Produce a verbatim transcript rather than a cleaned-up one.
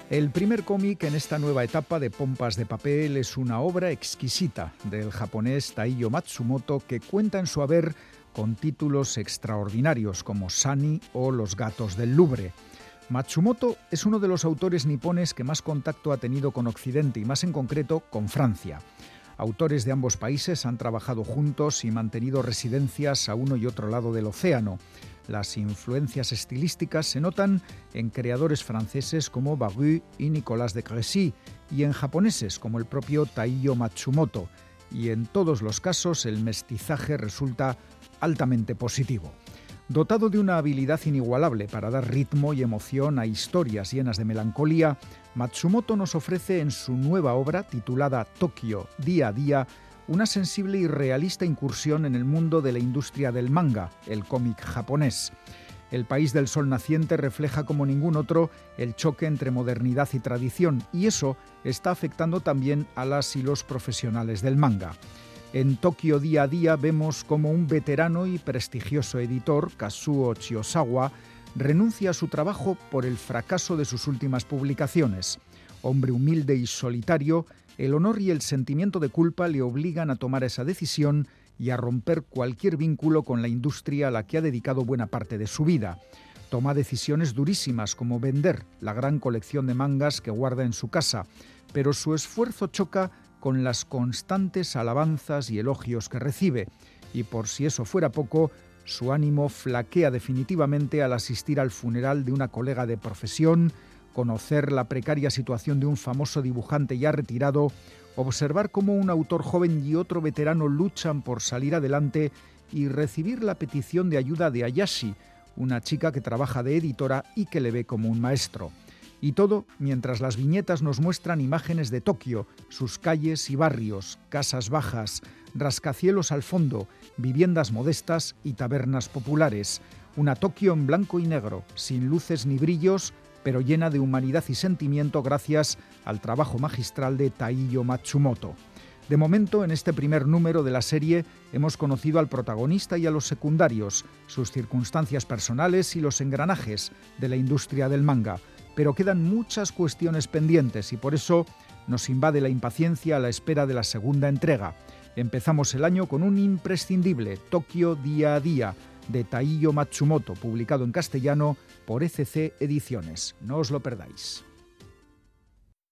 El primer cómic en esta nueva etapa de Pompas de Papel es una obra exquisita del japonés Taiyo Matsumoto, que cuenta en su haber con títulos extraordinarios como Sunny o Los gatos del Louvre. Matsumoto es uno de los autores nipones que más contacto ha tenido con Occidente y más en concreto con Francia. Autores de ambos países han trabajado juntos y mantenido residencias a uno y otro lado del océano. Las influencias estilísticas se notan en creadores franceses como Barru y Nicolas de Crécy y en japoneses como el propio Taiyo Matsumoto. Y en todos los casos el mestizaje resulta altamente positivo. Dotado de una habilidad inigualable para dar ritmo y emoción a historias llenas de melancolía, Matsumoto nos ofrece en su nueva obra, titulada Tokio, día a día, una sensible y realista incursión en el mundo de la industria del manga, el cómic japonés. El país del sol naciente refleja como ningún otro el choque entre modernidad y tradición, y eso está afectando también a las y los profesionales del manga. En Tokio día a día vemos cómo un veterano y prestigioso editor, Kazuo Chiyosawa, renuncia a su trabajo por el fracaso de sus últimas publicaciones. Hombre humilde y solitario, el honor y el sentimiento de culpa le obligan a tomar esa decisión y a romper cualquier vínculo con la industria a la que ha dedicado buena parte de su vida. Toma decisiones durísimas como vender la gran colección de mangas que guarda en su casa, pero su esfuerzo choca con las constantes alabanzas y elogios que recibe, y por si eso fuera poco, su ánimo flaquea definitivamente al asistir al funeral de una colega de profesión, conocer la precaria situación de un famoso dibujante ya retirado, observar cómo un autor joven y otro veterano luchan por salir adelante y recibir la petición de ayuda de Ayashi, una chica que trabaja de editora y que le ve como un maestro. Y todo mientras las viñetas nos muestran imágenes de Tokio, sus calles y barrios, casas bajas, rascacielos al fondo, viviendas modestas y tabernas populares. Una Tokio en blanco y negro, sin luces ni brillos, pero llena de humanidad y sentimiento gracias al trabajo magistral de Taiyo Matsumoto. De momento, en este primer número de la serie, hemos conocido al protagonista y a los secundarios, sus circunstancias personales y los engranajes de la industria del manga. Pero quedan muchas cuestiones pendientes y por eso nos invade la impaciencia a la espera de la segunda entrega. Empezamos el año con un imprescindible, Tokio día a día, de Taiyo Matsumoto, publicado en castellano por E C C Ediciones. No os lo perdáis.